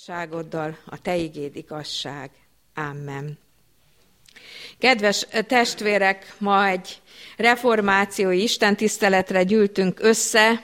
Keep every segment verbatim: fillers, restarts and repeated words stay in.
igazságoddal, a te igéd igazság. Amen. Kedves testvérek, ma egy reformációi istentiszteletre gyűltünk össze,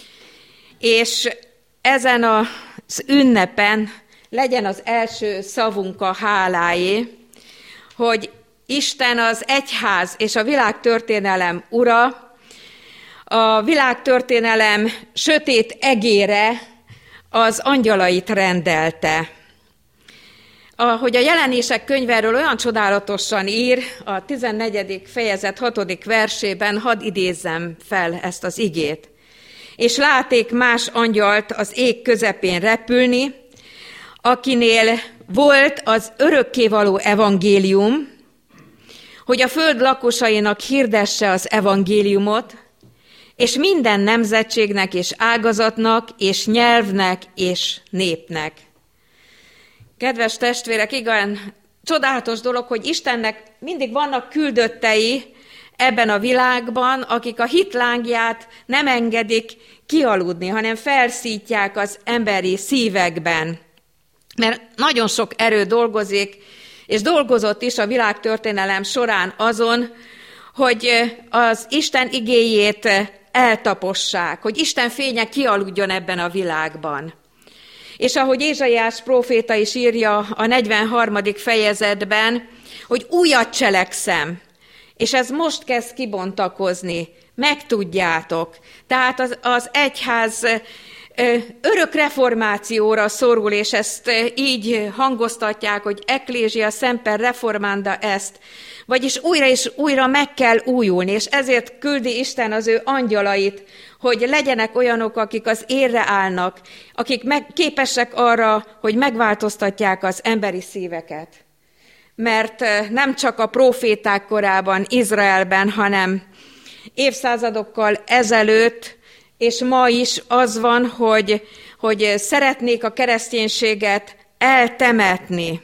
és ezen az ünnepen legyen az első szavunk a háláé, hogy Isten az egyház és a világtörténelem ura, a világtörténelem sötét egére az angyalait rendelte. Ahogy a Jelenések könyvéről olyan csodálatosan ír, a tizennegyedik fejezet hatodik versében, hadd idézzem fel ezt az igét. És láték más angyalt az ég közepén repülni, akinél volt az örökkévaló evangélium, hogy a föld lakosainak hirdesse az evangéliumot, és minden nemzetségnek és ágazatnak, és nyelvnek, és népnek. Kedves testvérek, igen, csodálatos dolog, hogy Istennek mindig vannak küldöttei ebben a világban, akik a hit lángját nem engedik kialudni, hanem felszítják az emberi szívekben. Mert nagyon sok erő dolgozik, és dolgozott is a világtörténelem során azon, hogy az Isten igéjét eltapossák, hogy Isten fénye kialudjon ebben a világban. És ahogy Ézsaiás próféta is írja a negyvenharmadik fejezetben, hogy újat cselekszem, és ez most kezd kibontakozni, megtudjátok. Tehát az, az egyház örök reformációra szorul, és ezt így hangoztatják, hogy Ecclesia semper reformanda est, vagyis újra és újra meg kell újulni, és ezért küldi Isten az ő angyalait, hogy legyenek olyanok, akik az érre állnak, akik meg, képesek arra, hogy megváltoztatják az emberi szíveket. Mert nem csak a próféták korában, Izraelben, hanem évszázadokkal ezelőtt, és ma is az van, hogy, hogy szeretnék a kereszténységet eltemetni.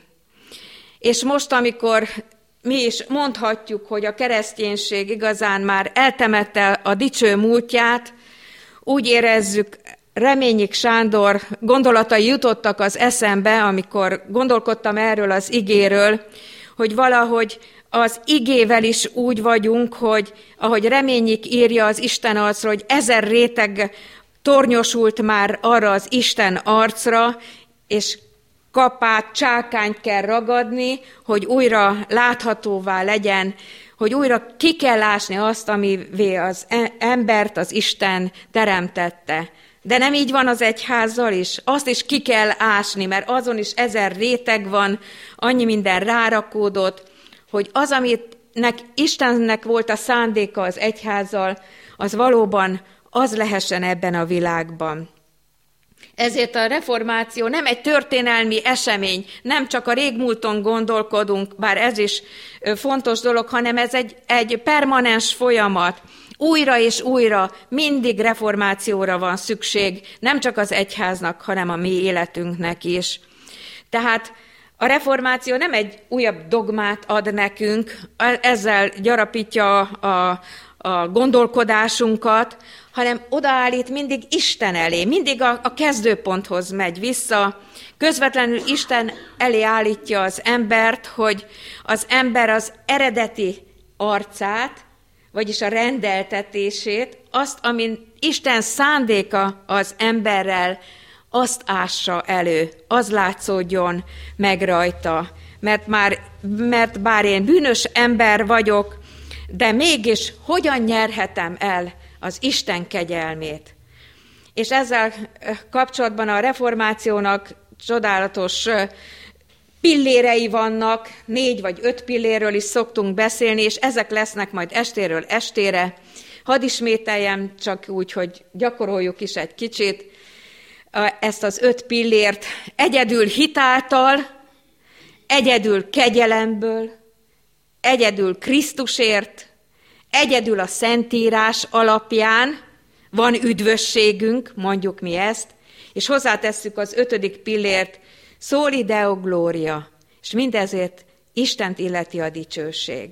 És most, amikor mi is mondhatjuk, hogy a kereszténység igazán már eltemette a dicső múltját, úgy érezzük, Reményik Sándor gondolatai jutottak az eszembe, amikor gondolkodtam erről az igéről, hogy valahogy az igével is úgy vagyunk, hogy ahogy Reményik írja az Isten arcra, hogy ezer réteg tornyosult már arra az Isten arcra, és kapát, csákányt kell ragadni, hogy újra láthatóvá legyen, hogy újra ki kell ásni azt, amivé az embert az Isten teremtette. De nem így van az egyházzal is, azt is ki kell ásni, mert azon is ezer réteg van, annyi minden rárakódott, hogy az, aminek Istennek volt a szándéka az egyházzal, az valóban az lehessen ebben a világban. Ezért a reformáció nem egy történelmi esemény, nem csak a régmúlton gondolkodunk, bár ez is fontos dolog, hanem ez egy, egy permanens folyamat. Újra és újra mindig reformációra van szükség, nem csak az egyháznak, hanem a mi életünknek is. Tehát a reformáció nem egy újabb dogmát ad nekünk, ezzel gyarapítja a, a gondolkodásunkat, hanem odaállít mindig Isten elé, mindig a, a kezdőponthoz megy vissza, közvetlenül Isten elé állítja az embert, hogy az ember az eredeti arcát, vagyis a rendeltetését, azt, amin Isten szándéka az emberrel, azt ássa elő, az látszódjon meg rajta. Mert, már, mert bár én bűnös ember vagyok, de mégis hogyan nyerhetem el az Isten kegyelmét. És ezzel kapcsolatban a reformációnak csodálatos pillérei vannak, négy vagy öt pillérről is szoktunk beszélni, és ezek lesznek majd estéről estére. Hadd ismételjem csak úgy, hogy gyakoroljuk is egy kicsit ezt az öt pillért. Egyedül hitáltal, egyedül kegyelemből, egyedül Krisztusért, egyedül a Szentírás alapján van üdvösségünk, mondjuk mi ezt, és hozzátesszük az ötödik pillért, Soli Deo Gloria, és mindezért Istent illeti a dicsőség.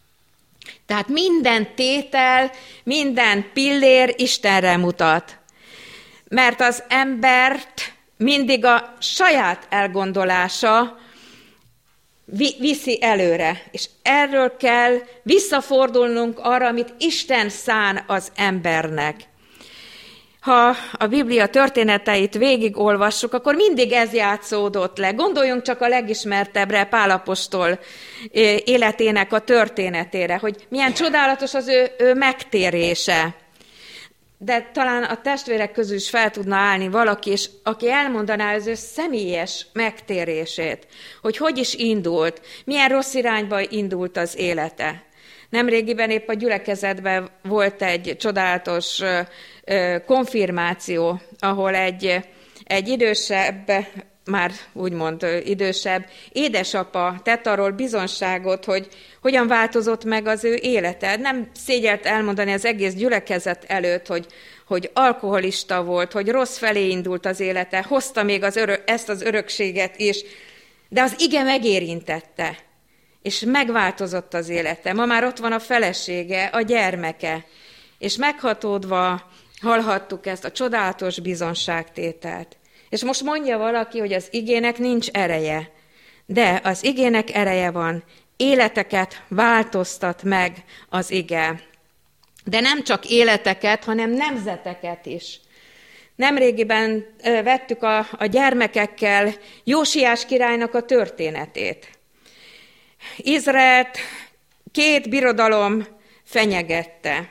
Tehát minden tétel, minden pillér Istenre mutat. Mert az embert mindig a saját elgondolása viszi előre, és erről kell visszafordulnunk arra, amit Isten szán az embernek. Ha a Biblia történeteit végigolvassuk, akkor mindig ez játszódott le. Gondoljunk csak a legismertebbre, Pál apostol életének a történetére, hogy milyen csodálatos az ő, ő megtérése. De talán a testvérek közül is fel tudna állni valaki, és aki elmondaná az ő személyes megtérését, hogy hogy is indult, milyen rossz irányba indult az élete. Nemrégiben épp a gyülekezetben volt egy csodálatos konfirmáció, ahol egy, egy idősebb, már úgymond idősebb édesapa tett arról bizonságot, hogy hogyan változott meg az ő élete. Nem szégyelt elmondani az egész gyülekezet előtt, hogy, hogy alkoholista volt, hogy rossz felé indult az élete, hozta még az örök, ezt az örökséget is, de az ige megérintette, és megváltozott az élete. Ma már ott van a felesége, a gyermeke, és meghatódva hallhattuk ezt a csodálatos bizonságtételt. És most mondja valaki, hogy az igének nincs ereje, de az igének ereje van, életeket változtat meg az ige. De nem csak életeket, hanem nemzeteket is. Nemrégiben vettük a, a gyermekekkel Jósiás királynak a történetét. Izraelt két birodalom fenyegette,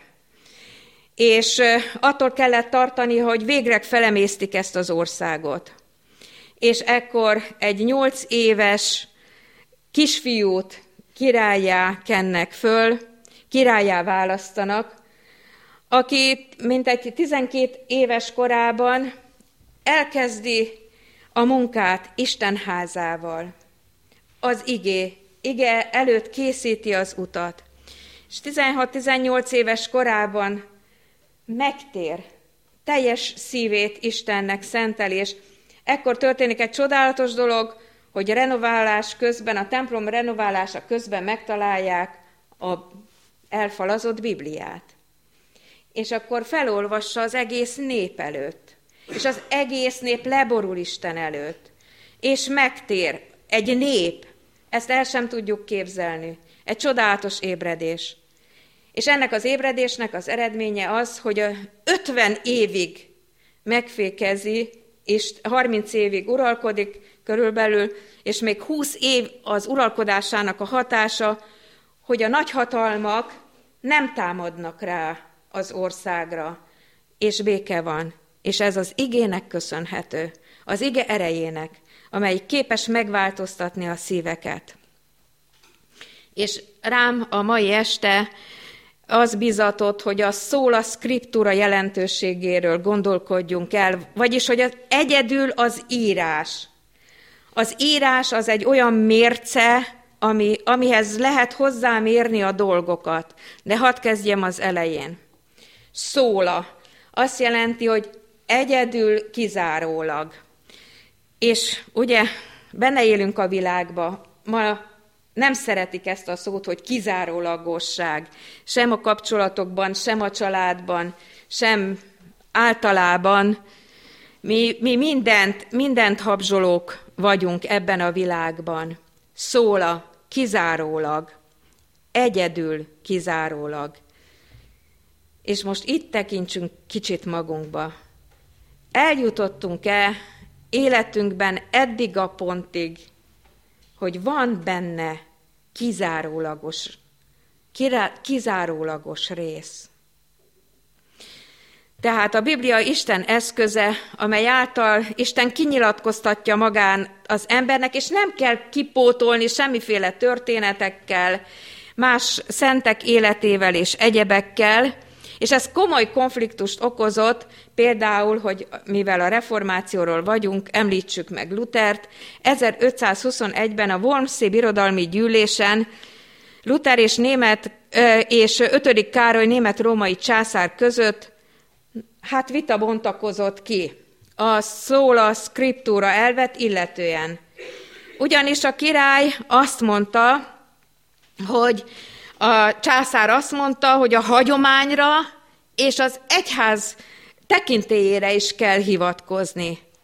és attól kellett tartani, hogy végre felemésztik ezt az országot. És ekkor egy nyolc éves kisfiút királlyá kennek föl, királlyá választanak, aki mintegy tizenkét éves korában elkezdi a munkát Isten házával. Az igé, ige előtt készíti az utat. És tizenhat-tizennyolc éves korában megtér, teljes szívét Istennek szenteli, és ekkor történik egy csodálatos dolog, hogy a renoválás közben, a templom renoválása közben megtalálják a elfalazott Bibliát. És akkor felolvassa az egész nép előtt, és az egész nép leborul Isten előtt, és megtér egy nép, ezt el sem tudjuk képzelni, egy csodálatos ébredés. És ennek az ébredésnek az eredménye az, hogy ötven évig megfékezi, és harminc évig uralkodik körülbelül, és még húsz év az uralkodásának a hatása, hogy a nagyhatalmak nem támadnak rá az országra, és béke van. És ez az igének köszönhető, az ige erejének, amely képes megváltoztatni a szíveket. És rám a mai este az bizatott, hogy a szóla scriptura jelentőségéről gondolkodjunk el, vagyis, hogy az egyedül az írás. Az írás az egy olyan mérce, ami, amihez lehet hozzámérni a dolgokat. De hadd kezdjem az elején. Szóla azt jelenti, hogy egyedül kizárólag. És ugye benne élünk a világba, ma nem szeretik ezt a szót, hogy kizárólagosság, sem a kapcsolatokban, sem a családban, sem általában. Mi, mi mindent, mindent habzsolók vagyunk ebben a világban. Szóla, kizárólag, egyedül kizárólag. És most itt tekintsünk kicsit magunkba. Eljutottunk-e életünkben eddig a pontig, hogy van benne kizárólagos, kizárólagos rész. Tehát a Biblia Isten eszköze, amely által Isten kinyilatkoztatja magán az embernek, és nem kell kipótolni semmiféle történetekkel, más szentek életével és egyebekkel, és ez komoly konfliktust okozott, például, hogy mivel a reformációról vagyunk, említsük meg Luthert, ezerötszázhuszonegyben a Wormsi Birodalmi Gyűlésen Luther és, német, és ötödik Károly német-római császár között hát vita bontakozott ki a sola scriptura elvet illetően. Ugyanis a király azt mondta, hogy a császár azt mondta, hogy a hagyományra és az egyház tekintélyére is kell hivatkozni.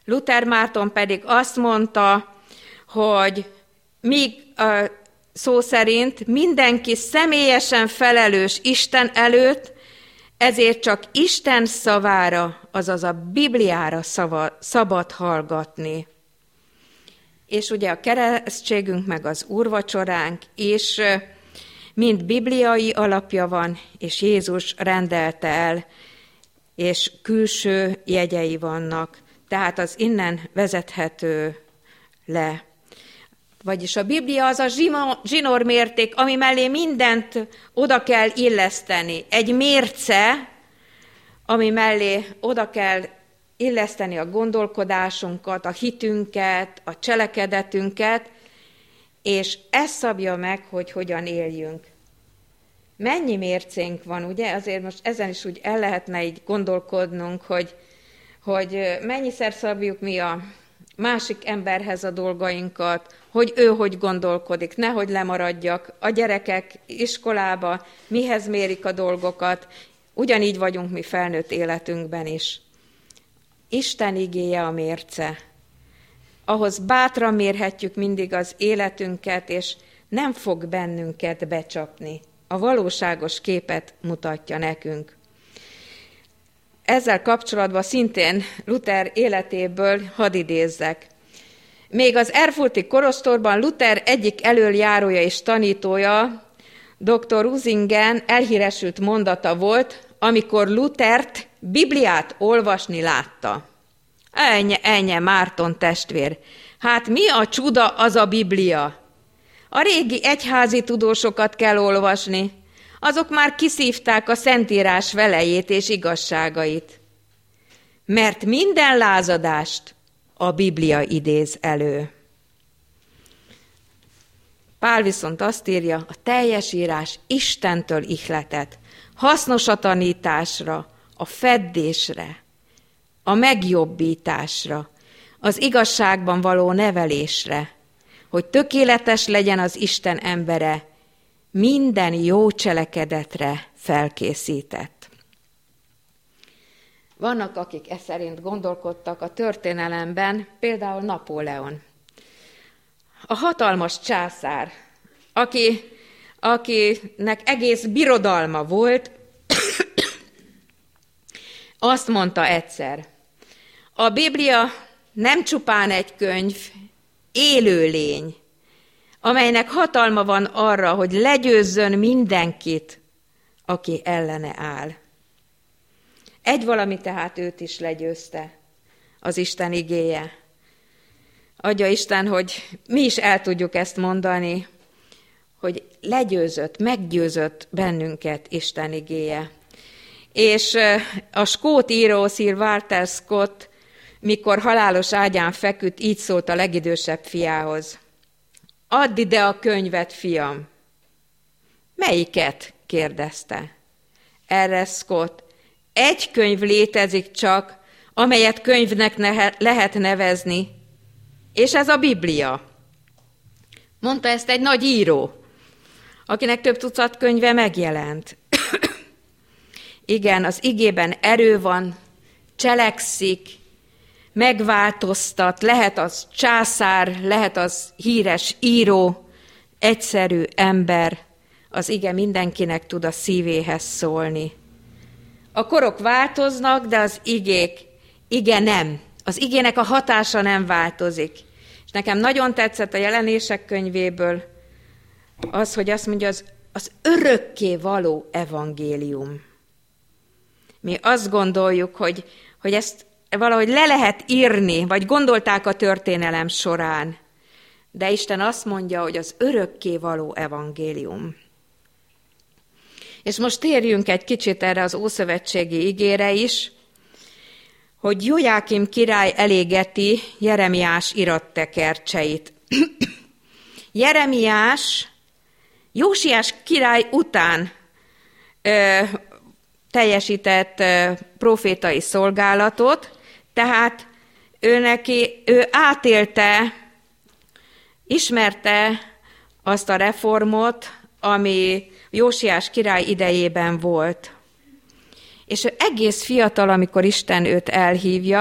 Luther Márton pedig azt mondta, hogy míg szó szerint mindenki személyesen felelős Isten előtt, ezért csak Isten szavára, azaz a Bibliára szava, szabad hallgatni. És ugye a keresztségünk meg az úrvacsoránk is mind bibliai alapja van, és Jézus rendelte el, és külső jegyei vannak. Tehát az innen vezethető le. Vagyis a Biblia az a zsinórmérték, ami mellé mindent oda kell illeszteni. Egy mérce, ami mellé oda kell illeszteni a gondolkodásunkat, a hitünket, a cselekedetünket, és ez szabja meg, hogy hogyan éljünk. Mennyi mércénk van, ugye? Azért most ezen is úgy el lehetne így gondolkodnunk, hogy, hogy mennyiszer szabjuk mi a másik emberhez a dolgainkat, hogy ő hogy gondolkodik, nehogy lemaradjak. A gyerekek iskolába mihez mérik a dolgokat, ugyanígy vagyunk mi felnőtt életünkben is. Isten igéje a mérce. Ahhoz bátran mérhetjük mindig az életünket, és nem fog bennünket becsapni. A valóságos képet mutatja nekünk. Ezzel kapcsolatban szintén Luther életéből hadd idézzek. Még az erfurti kolostorban Luther egyik elöljárója és tanítója, doktor Usingen elhíresült mondata volt, amikor Luthert Bibliát olvasni látta. Ennyi, ennyi, Márton testvér. Hát mi a csuda az a Biblia? A régi egyházi tudósokat kell olvasni. Azok már kiszívták a Szentírás velejét és igazságait. Mert minden lázadást a Biblia idéz elő. Pál viszont azt írja, a teljes írás Istentől ihletett, hasznos a tanításra, a feddésre, a megjobbításra, az igazságban való nevelésre, hogy tökéletes legyen az Isten embere, minden jó cselekedetre felkészített. Vannak, akik e szerint gondolkodtak a történelemben, például Napóleon. A hatalmas császár, aki, akinek egész birodalma volt, azt mondta egyszer, a Biblia nem csupán egy könyv, élőlény, amelynek hatalma van arra, hogy legyőzzön mindenkit, aki ellene áll. Egy valami tehát őt is legyőzte, az Isten igéje. Adja Isten, hogy mi is el tudjuk ezt mondani, hogy legyőzött, meggyőzött bennünket Isten igéje. És a skót író Sir Walter Scott, mikor halálos ágyán feküdt, így szólt a legidősebb fiához. Add ide a könyvet, fiam. Melyiket? kérdezte. Erre Scott, egy könyv létezik csak, amelyet könyvnek ne- lehet nevezni, és ez a Biblia. Mondta ezt egy nagy író, akinek több tucat könyve megjelent. Igen, az igében erő van, cselekszik, megváltoztat, lehet az császár, lehet az híres író, egyszerű ember, az ige mindenkinek tud a szívéhez szólni. A korok változnak, de az igék, ige nem. Az igének a hatása nem változik. És nekem nagyon tetszett a Jelenések könyvéből az, hogy azt mondja, az, az örökké való evangélium. Mi azt gondoljuk, hogy, hogy ezt valahogy le lehet írni, vagy gondolták a történelem során. De Isten azt mondja, hogy az örökké való evangélium. És most térjünk egy kicsit erre az ószövetségi igére is, hogy Jójákim király elégeti Jeremiás irattekercseit. Jeremiás Jósiás király után ö, teljesített ö, profétai szolgálatot, tehát ő neki, ő átélte, ismerte azt a reformot, ami Jósiás király idejében volt. És ő egész fiatal, amikor Isten őt elhívja,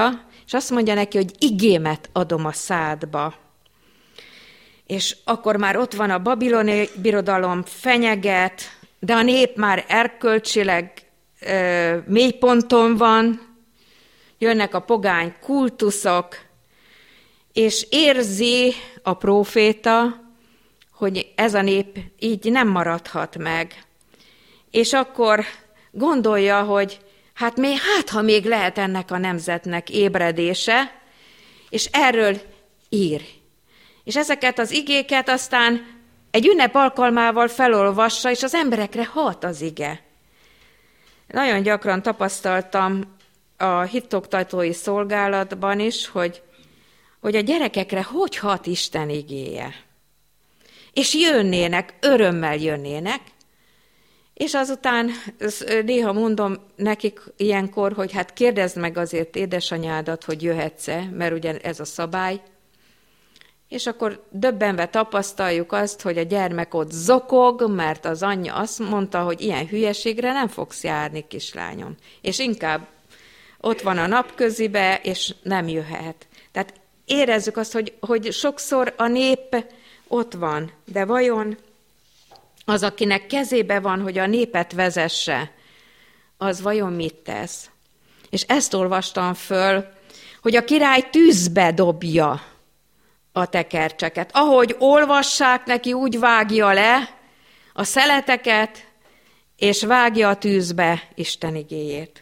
és azt mondja neki, hogy igémet adom a szádba. És akkor már ott van a babiloni birodalom, fenyeget, de a nép már erkölcsileg ö, mélyponton van, jönnek a pogány kultuszok, és érzi a próféta, hogy ez a nép így nem maradhat meg. És akkor gondolja, hogy hát, még, hát ha még lehet ennek a nemzetnek ébredése, és erről ír. És ezeket az igéket aztán egy ünnep alkalmával felolvassa, és az emberekre hat az ige. Nagyon gyakran tapasztaltam a hitoktatói szolgálatban is, hogy, hogy a gyerekekre hogy hat Isten igéje. És jönnének, örömmel jönnének, és azután néha mondom nekik ilyenkor, hogy hát kérdezd meg azért édesanyádat, hogy jöhetsz-e, mert ugye ez a szabály. És akkor döbbenve tapasztaljuk azt, hogy a gyermek ott zokog, mert az anyja azt mondta, hogy ilyen hülyeségre nem fogsz járni, kislányom. És inkább ott van a napközibe, és nem jöhet. Tehát érezzük azt, hogy, hogy sokszor a nép ott van, de vajon az, akinek kezébe van, hogy a népet vezesse, az vajon mit tesz? És ezt olvastam föl, hogy a király tűzbe dobja a tekercseket. Ahogy olvassák neki, úgy vágja le a szeleteket, és vágja a tűzbe Isten igéjét.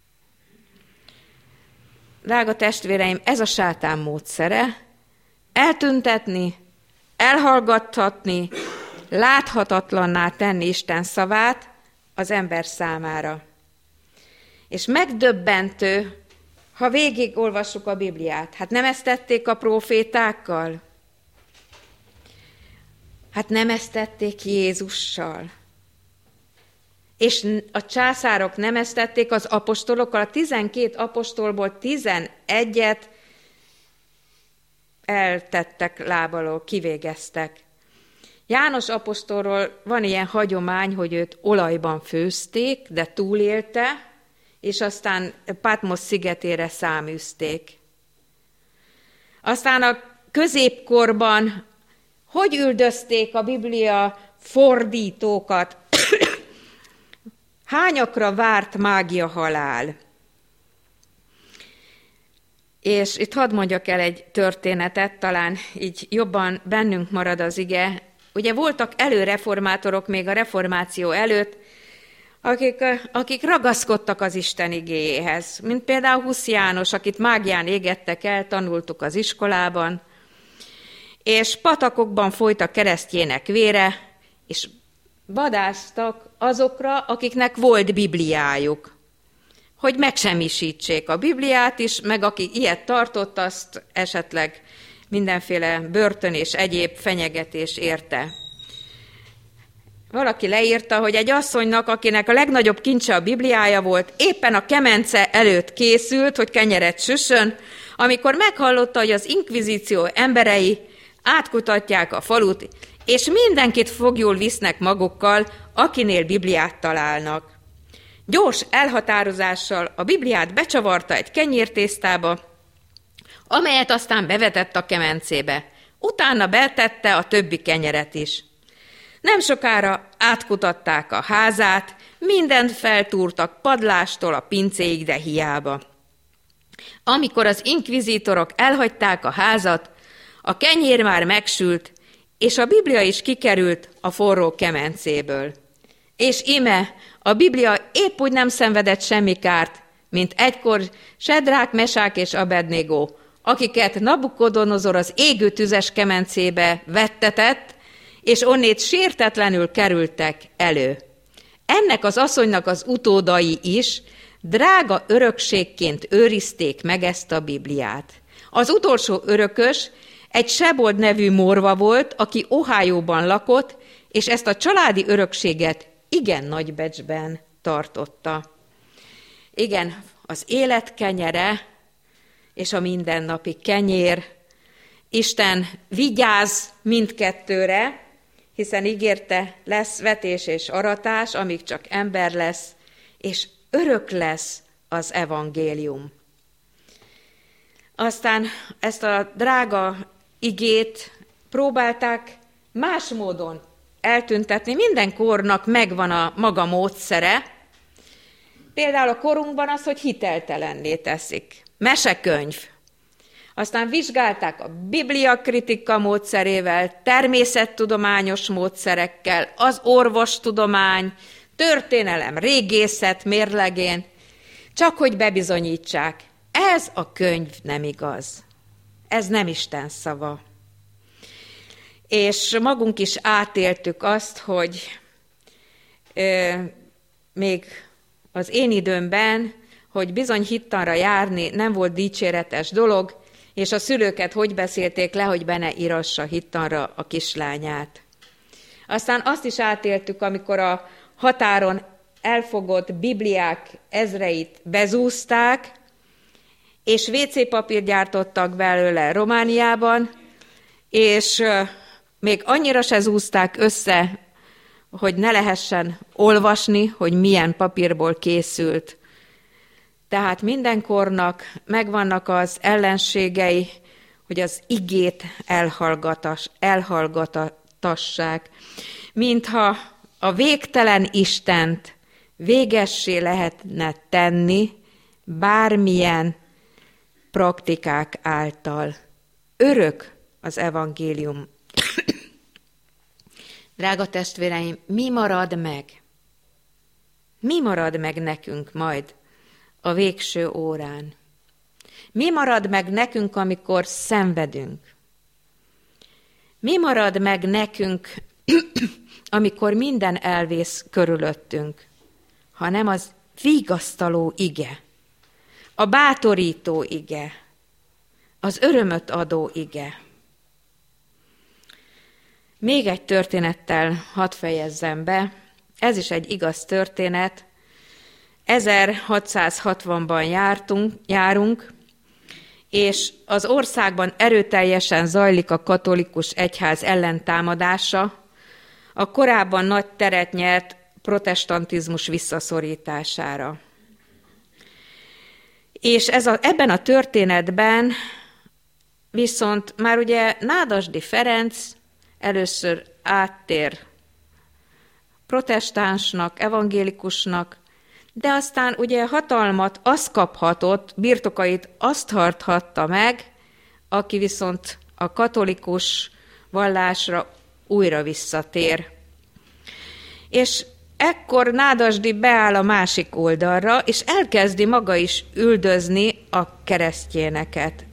Drága testvéreim, ez a sátán módszere, eltüntetni, elhallgattatni, láthatatlanná tenni Isten szavát az ember számára. És megdöbbentő, ha végig olvassuk a Bibliát, hát nem ezt tették a prófétákkal? Hát nem ezt tették Jézussal? És a császárok nem ezt tették az apostolokkal? A tizenkét apostolból tizenegyet eltettek lábalól, kivégeztek. János apostolról van ilyen hagyomány, hogy őt olajban főzték, de túlélte, és aztán Patmos szigetére száműzték. Aztán a középkorban hogy üldözték a Biblia fordítókat? Hányakra várt mágia halál? És itt hadd mondjak el egy történetet, talán így jobban bennünk marad az ige. Ugye voltak előreformátorok még a reformáció előtt, akik, akik ragaszkodtak az Isten igéjéhez, mint például Husz János, akit mágián égettek el, tanultuk az iskolában, és patakokban folyt a keresztjének vére, és vadásztak azokra, akiknek volt Bibliájuk, hogy megsemmisítsék a Bibliát is, meg aki ilyet tartott, azt esetleg mindenféle börtön és egyéb fenyegetés érte. Valaki leírta, hogy egy asszonynak, akinek a legnagyobb kincse a Bibliája volt, éppen a kemence előtt készült, hogy kenyeret süssön, amikor meghallotta, hogy az inkvizíció emberei átkutatják a falut, és mindenkit fogjul visznek magukkal, akinél Bibliát találnak. Gyors elhatározással a Bibliát becsavarta egy kenyértésztába, amelyet aztán bevetett a kemencébe. Utána betette a többi kenyeret is. Nem sokára átkutatták a házát, mindent feltúrtak padlástól a pincéig, de hiába. Amikor az inkvizítorok elhagyták a házat, a kenyér már megsült, és a Biblia is kikerült a forró kemencéből. És ime, a Biblia épp úgy nem szenvedett semmi kárt, mint egykor Sedrák, Mesák és Abednego, akiket Nabukodonozor az égő tüzes kemencébe vettetett, és onnét sértetlenül kerültek elő. Ennek az asszonynak az utódai is drága örökségként őrizték meg ezt a Bibliát. Az utolsó örökös egy Sebold nevű morva volt, aki Ohióban lakott, és ezt a családi örökséget igen nagy becsben tartotta. Igen, az élet kenyere és a mindennapi kenyér. Isten vigyáz mindkettőre, hiszen ígérte, lesz vetés és aratás, amíg csak ember lesz, és örök lesz az evangélium. Aztán ezt a drága igét próbálták más módon eltüntetni. Minden kornak megvan a maga módszere. Például a korunkban az, hogy hiteltelenné teszik. Mesekönyv. Aztán vizsgálták a bibliakritika módszerével, természettudományos módszerekkel, az orvostudomány, történelem, régészet mérlegén, csak hogy bebizonyítsák. Ez a könyv nem igaz. Ez nem Isten szava. És magunk is átéltük azt, hogy euh, még az én időmben, hogy bizony hittanra járni nem volt dicséretes dolog, és a szülőket hogy beszélték le, hogy be ne írassa hittanra a kislányát. Aztán azt is átéltük, amikor a határon elfogott bibliák ezreit bezúzták, és vé cé papírt gyártottak belőle Romániában, és még annyira se zúzták össze, hogy ne lehessen olvasni, hogy milyen papírból készült. Tehát minden kornak megvannak az ellenségei, hogy az igét elhallgatassák, mintha a végtelen Istent végessé lehetne tenni bármilyen praktikák által. Örök az evangélium. Drága testvéreim, mi marad meg? Mi marad meg nekünk majd a végső órán? Mi marad meg nekünk, amikor szenvedünk? Mi marad meg nekünk, amikor minden elvész körülöttünk, ha nem az vigasztaló ige, a bátorító ige, az örömöt adó ige? Még egy történettel hadd fejezzem be, ez is egy igaz történet. ezerhatszázhatvanban jártunk, járunk, és az országban erőteljesen zajlik a katolikus egyház ellentámadása, a korábban nagy teret nyert protestantizmus visszaszorítására. És ez a, ebben a történetben viszont már ugye Nádasdy Ferenc először áttér protestánsnak, evangélikusnak, de aztán ugye hatalmat azt kaphatott, birtokait azt tarthatta meg, aki viszont a katolikus vallásra újra visszatér. És ekkor Nádasdy beáll a másik oldalra, és elkezdi maga is üldözni a keresztjéneket,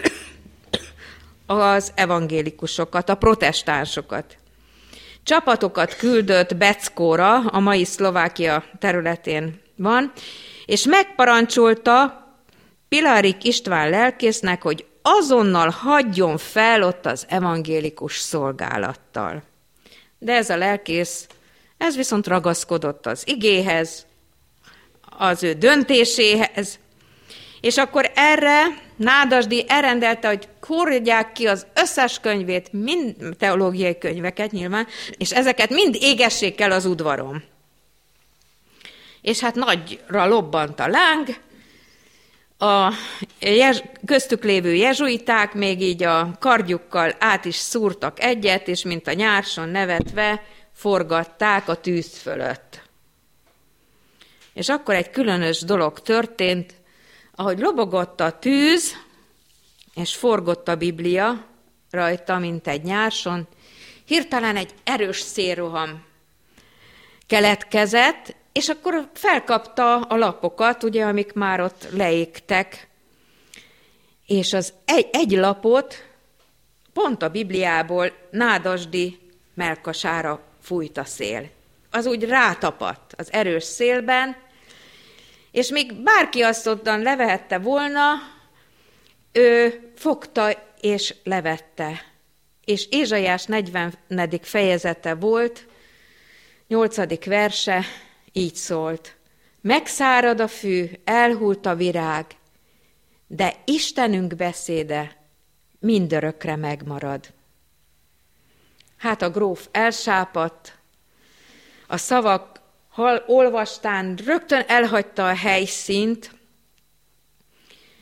az evangélikusokat, a protestánsokat. Csapatokat küldött Beckóra, a mai Szlovákia területén van, és megparancsolta Pilarik István lelkésznek, hogy azonnal hagyjon fel ott az evangélikus szolgálattal. De ez a lelkész, ez viszont ragaszkodott az igéhez, az ő döntéséhez, és akkor erre Nádasdy elrendelte, hogy kúrják ki az összes könyvét, mind teológiai könyveket nyilván, és ezeket mind égessék el az udvaron. És hát nagyra lobbant a láng, a köztük lévő jezsuiták még így a kardjukkal át is szúrtak egyet, és mint a nyárson nevetve forgatták a tűz fölött. És akkor egy különös dolog történt, ahogy lobogott a tűz, és forgott a Biblia rajta, mint egy nyárson, hirtelen egy erős szélroham keletkezett, és akkor felkapta a lapokat, ugye, amik már ott leégtek, és az egy, egy lapot pont a Bibliából Nádasdy mellkasára fújt a szél. Az úgy rátapadt az erős szélben, és még bárki azt ottan levehette volna, ő fogta és levette. És Ézsaiás negyvenedik fejezete volt, nyolcadik verse, így szólt. Megszárad a fű, elhult a virág, de Istenünk beszéde mindörökre megmarad. Hát a gróf elsápadt, a szavak hall, olvastán rögtön elhagyta a helyszínt,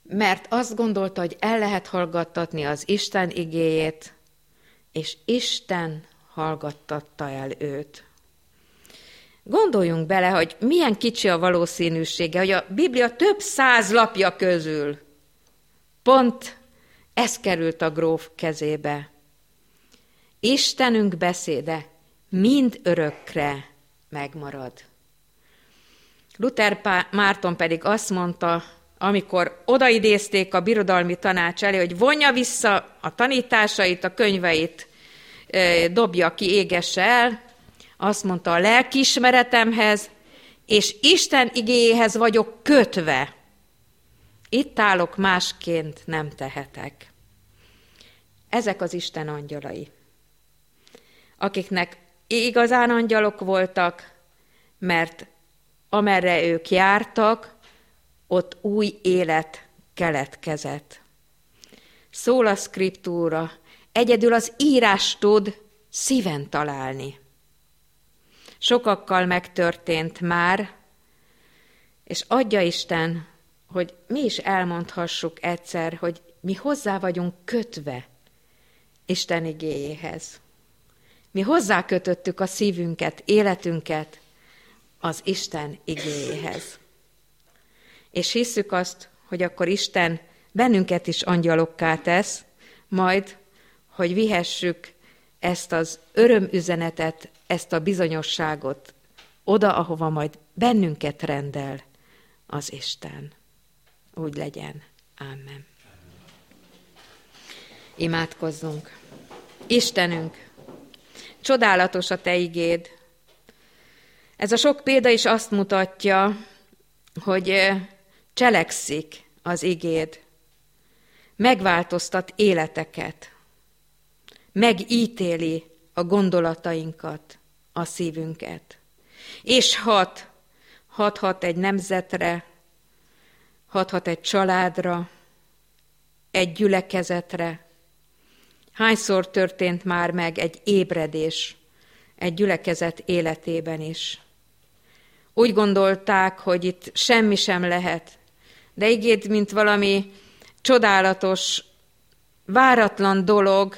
mert azt gondolta, hogy el lehet hallgattatni az Isten igéjét, és Isten hallgattatta el őt. Gondoljunk bele, hogy milyen kicsi a valószínűsége, hogy a Biblia több száz lapja közül pont ez került a gróf kezébe. Istenünk beszéde mind örökre megmarad. Luther Márton pedig azt mondta, amikor odaidézték a birodalmi tanács elé, hogy vonja vissza a tanításait, a könyveit, dobja ki, égesse el, azt mondta, a lelkiismeretemhez és Isten igéjéhez vagyok kötve. Itt állok, másként nem tehetek. Ezek az Isten angyalai, akiknek igazán angyalok voltak, mert amerre ők jártak, ott új élet keletkezett. Szól a szkriptúra, egyedül az írás tud szíven találni. Sokakkal megtörtént már, és adja Isten, hogy mi is elmondhassuk egyszer, hogy mi hozzá vagyunk kötve Isten igéjéhez. Mi hozzá kötöttük a szívünket, életünket az Isten igéjéhez. És hisszük azt, hogy akkor Isten bennünket is angyalokká tesz, majd, hogy vihessük ezt az örömüzenetet, ezt a bizonyosságot oda, ahova majd bennünket rendel az Isten. Úgy legyen. Ámen. Imádkozzunk. Istenünk, csodálatos a Te igéd. Ez a sok példa is azt mutatja, hogy cselekszik az igéd, megváltoztat életeket, megítéli a gondolatainkat, a szívünket, és hat, hathat egy nemzetre, hathat egy családra, egy gyülekezetre. Hányszor történt már meg egy ébredés egy gyülekezet életében is. Úgy gondolták, hogy itt semmi sem lehet, de igéd, mint valami csodálatos, váratlan dolog,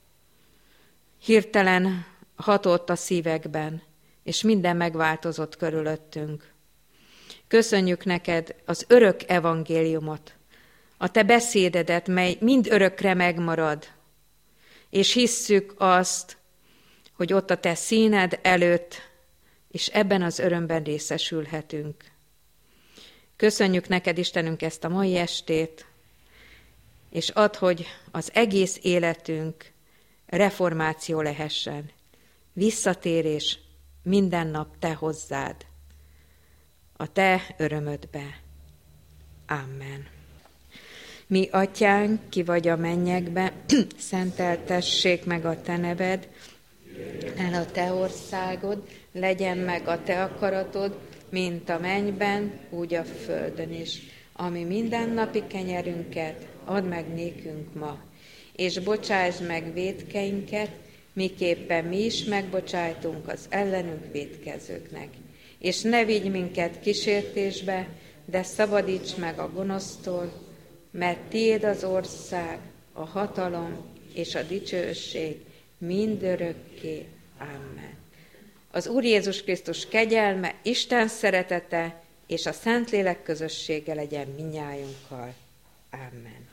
hirtelen hatott a szívekben, és minden megváltozott körülöttünk. Köszönjük neked az örök evangéliumot, a te beszédedet, mely mind örökre megmarad, és hisszük azt, hogy ott a te színed előtt, és ebben az örömben részesülhetünk. Köszönjük neked, Istenünk, ezt a mai estét, és add, hogy az egész életünk reformáció lehessen, visszatérés minden nap te hozzád, a te örömödbe. Amen. Mi, Atyánk, ki vagy a mennyekbe, szenteltessék meg a te neved, el a te országod, legyen meg a te akaratod, mint a mennyben, úgy a földön is. Ami mindennapi kenyerünket add meg nékünk ma, és bocsásd meg vétkeinket, miképpen mi is megbocsájtunk az ellenünk vétkezőknek. És ne vigy minket kísértésbe, de szabadíts meg a gonosztól, mert tiéd az ország, a hatalom és a dicsőség mindörökké. Amen. Az Úr Jézus Krisztus kegyelme, Isten szeretete és a Szentlélek közössége legyen mindnyájunkkal. Amen.